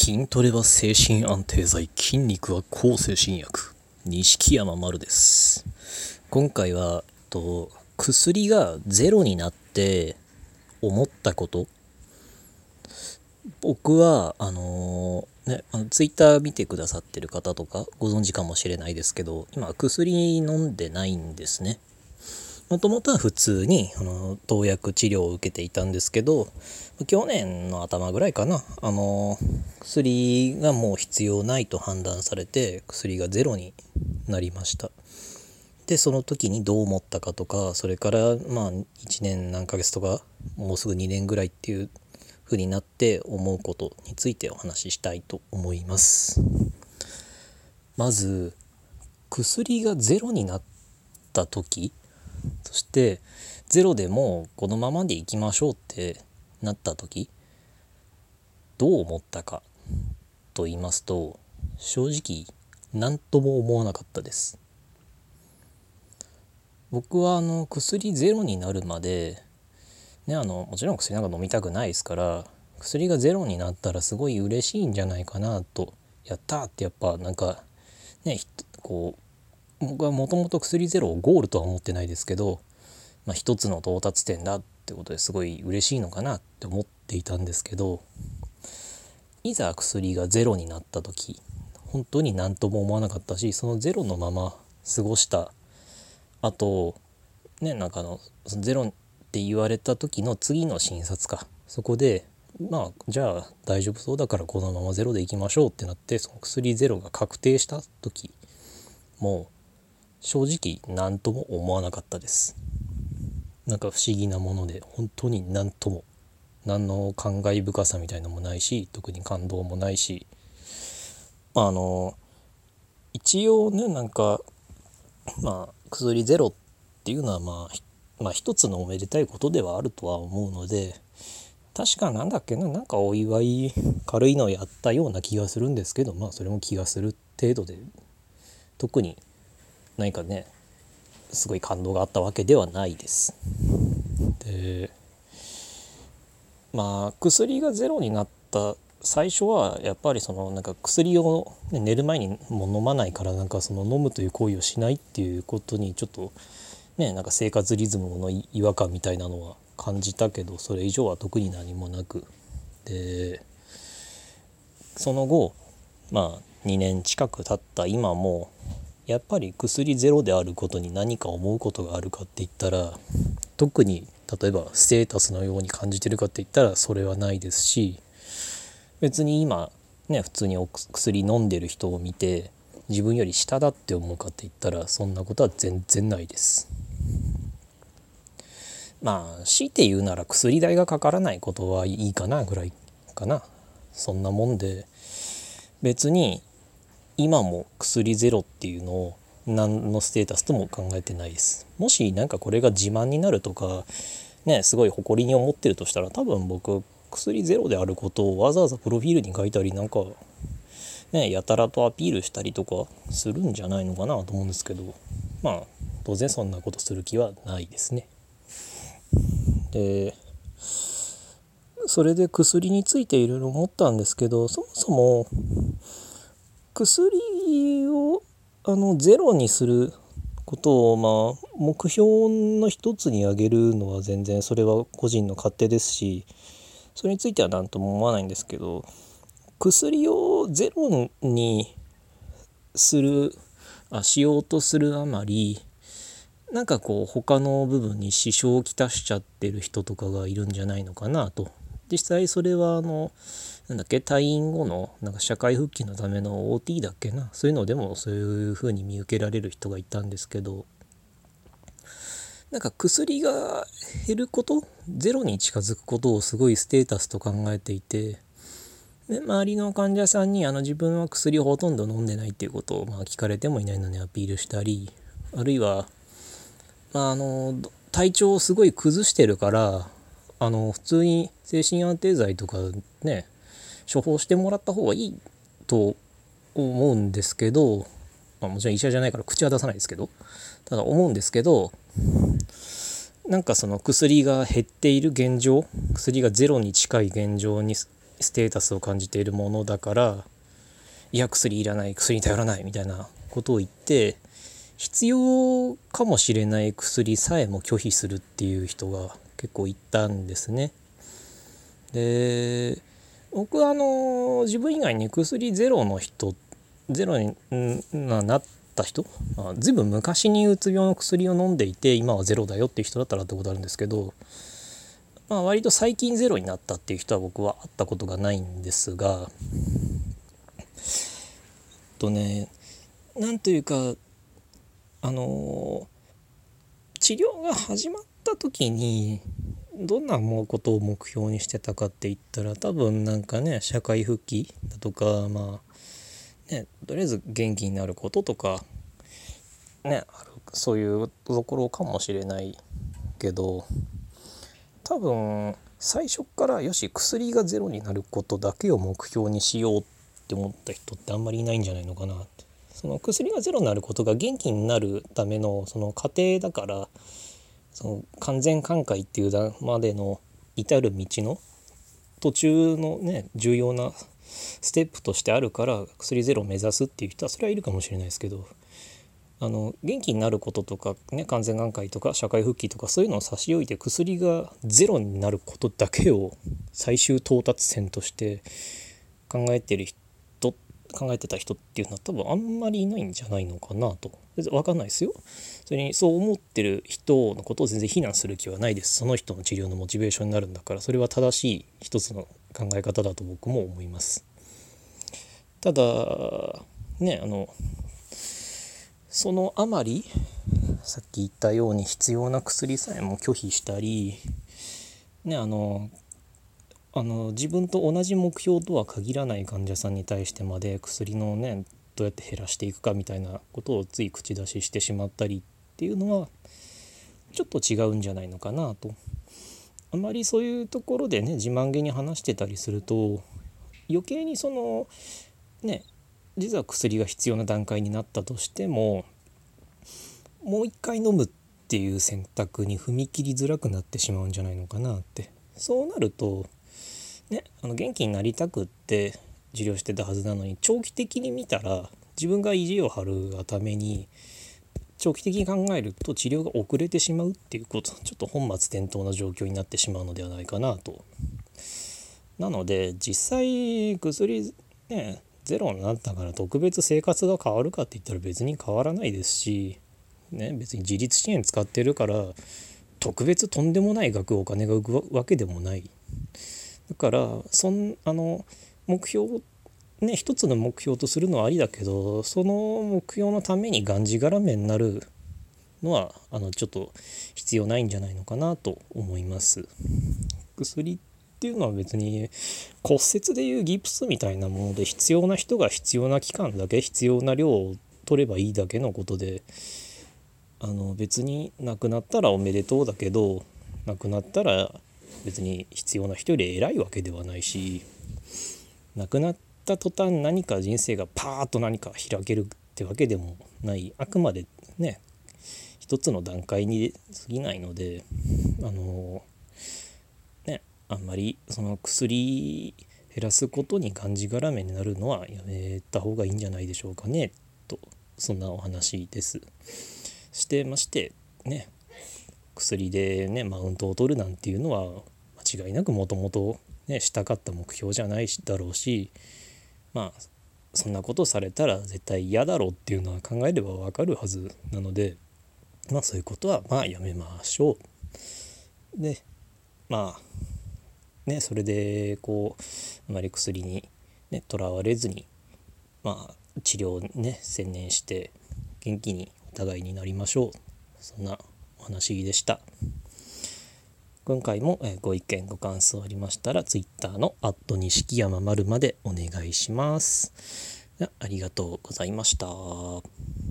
筋トレは精神安定剤、筋肉は抗精神薬。錦山丸です。今回は薬がゼロになって思ったこと。僕はツイッター見てくださってる方とかご存知かもしれないですけど、今薬飲んでないんですね。もともとは普通に投薬治療を受けていたんですけど、去年の頭ぐらいかな、薬がもう必要ないと判断されて薬がゼロになりました。でその時にどう思ったかとか、それから1年何ヶ月とかもうすぐ2年ぐらいっていう風になって思うことについてお話ししたいと思います。まず薬がゼロになった時、そしてゼロでもこのままでいきましょうってなった時、どう思ったかと言いますと、正直何とも思わなかったです。僕は薬ゼロになるまでもちろん薬なんか飲みたくないですから、薬がゼロになったらすごい嬉しいんじゃないかなと、やったーってやっぱ僕はもともと薬ゼロをゴールとは思ってないですけど、一つの到達点だってことですごい嬉しいのかなって思っていたんですけど、いざ薬がゼロになった時、本当に何とも思わなかったし、そのゼロのまま過ごした後ゼロって言われた時の次の診察か、そこでじゃあ大丈夫そうだからこのままゼロでいきましょうってなって、その薬ゼロが確定した時も正直何とも思わなかったです。不思議なもので、本当に何の感慨深さみたいなのもないし、特に感動もないし、一応薬ゼロっていうのは一つのおめでたいことではあるとは思うので、確かお祝い軽いのやったような気がするんですけど、それも気がする程度で、特にすごい感動があったわけではないです。で薬がゼロになった最初はやっぱり薬を寝る前にも飲まないから、飲むという行為をしないっていうことにちょっと生活リズムの違和感みたいなのは感じたけど、それ以上は特に何もなく、でその後2年近く経った今もやっぱり薬ゼロであることに何か思うことがあるかって言ったら、特に例えばステータスのように感じてるかって言ったらそれはないですし、別に今普通にお薬飲んでる人を見て自分より下だって思うかって言ったら、そんなことは全然ないです。強いて言うなら薬代がかからないことはいいかなぐらいかな。そんなもんで、別に今も薬ゼロっていうのを何のステータスとも考えてないです。もしこれが自慢になるとかすごい誇りに思ってるとしたら、多分僕薬ゼロであることをわざわざプロフィールに書いたりやたらとアピールしたりとかするんじゃないのかなと思うんですけど、当然そんなことする気はないですね。でそれで薬についていろいろ思ったんですけど、そもそも薬をゼロにすることを目標の一つに挙げるのは全然それは個人の勝手ですし、それについては何とも思わないんですけど、薬をゼロにしようとするあまり他の部分に支障をきたしちゃってる人とかがいるんじゃないのかなと。実際それは退院後の社会復帰のための OT だっけな、そういうのでもそういう風に見受けられる人がいたんですけど、薬が減ること、ゼロに近づくことをすごいステータスと考えていて、で周りの患者さんに自分は薬をほとんど飲んでないっていうことを聞かれてもいないのにアピールしたり、あるいは体調をすごい崩してるから普通に精神安定剤とか処方してもらった方がいいと思うんですけど、もちろん医者じゃないから口は出さないですけど、ただ思うんですけど、その薬が減っている現状、薬がゼロに近い現状にステータスを感じているものだから、いや薬いらない、薬に頼らないみたいなことを言って、必要かもしれない薬さえも拒否するっていう人が結構いたんですね。で、僕は自分以外に薬ゼロの人、ゼロになった人、ずいぶん昔にうつ病の薬を飲んでいて今はゼロだよっていう人だったらってことあるんですけど、割と最近ゼロになったっていう人は僕は会ったことがないんですが、なんというか治療が始まった時にどんなことを目標にしてたかって言ったら、多分なんかね、社会復帰だとか、とりあえず元気になることとかね、そういうところかもしれないけど、多分最初からよし薬がゼロになることだけを目標にしようって思った人ってあんまりいないんじゃないのかなって。その薬がゼロになることが元気になるためのその過程だから、その完全寛解っていうまでの至る道の途中のね、重要なステップとしてあるから薬ゼロを目指すっていう人はそれはいるかもしれないですけど、元気になることとかね、完全寛解とか社会復帰とかそういうのを差し置いて、薬がゼロになることだけを最終到達点として考えてた人っていうのは多分あんまりいないんじゃないのかなと。分かんないですよ。それにそう思ってる人のことを全然非難する気はないです。その人の治療のモチベーションになるんだから、それは正しい一つの考え方だと僕も思います。ただね、そのあまりさっき言ったように必要な薬さえも拒否したりね、自分と同じ目標とは限らない患者さんに対してまで薬のね、どうやって減らしていくかみたいなことをつい口出ししてしまったりっていうのはちょっと違うんじゃないのかなと。あまりそういうところでね、自慢げに話してたりすると、余計にそのね、実は薬が必要な段階になったとしてももう一回飲むっていう選択に踏み切りづらくなってしまうんじゃないのかなって。そうなるとね、元気になりたくって治療してたはずなのに、長期的に見たら自分が意地を張るがために長期的に考えると治療が遅れてしまうっていうこと、ちょっと本末転倒な状況になってしまうのではないかなと。なので実際薬ねゼロになったから特別生活が変わるかって言ったら別に変わらないですし、別に自立支援使ってるから特別とんでもない額お金が浮くわけでもない。だから目標ね、一つの目標とするのはありだけど、その目標のためにがんじがらめになるのはちょっと必要ないんじゃないのかなと思います。薬っていうのは別に骨折でいうギプスみたいなもので、必要な人が必要な期間だけ必要な量を取ればいいだけのことで、別に亡くなったらおめでとうだけど、亡くなったら別に必要な人より偉いわけではないし、亡くなった途端何か人生がパーッと何か開けるってわけでもない、あくまでね一つの段階に過ぎないので、あんまりその薬減らすことにがんじがらめになるのはやめた方がいいんじゃないでしょうかねと、そんなお話です。してましてね、薬でねマウントを取るなんていうのは間違いなくもともとしたかった目標じゃないだろうし、そんなことされたら絶対嫌だろうっていうのは考えればわかるはずなので、そういうことはやめましょう。でそれであまり薬にとらわれずに治療に専念して元気にお互いになりましょう。そんなお話でした。今回もご意見ご感想ありましたら Twitter の錦山丸までお願いします。ありがとうございました。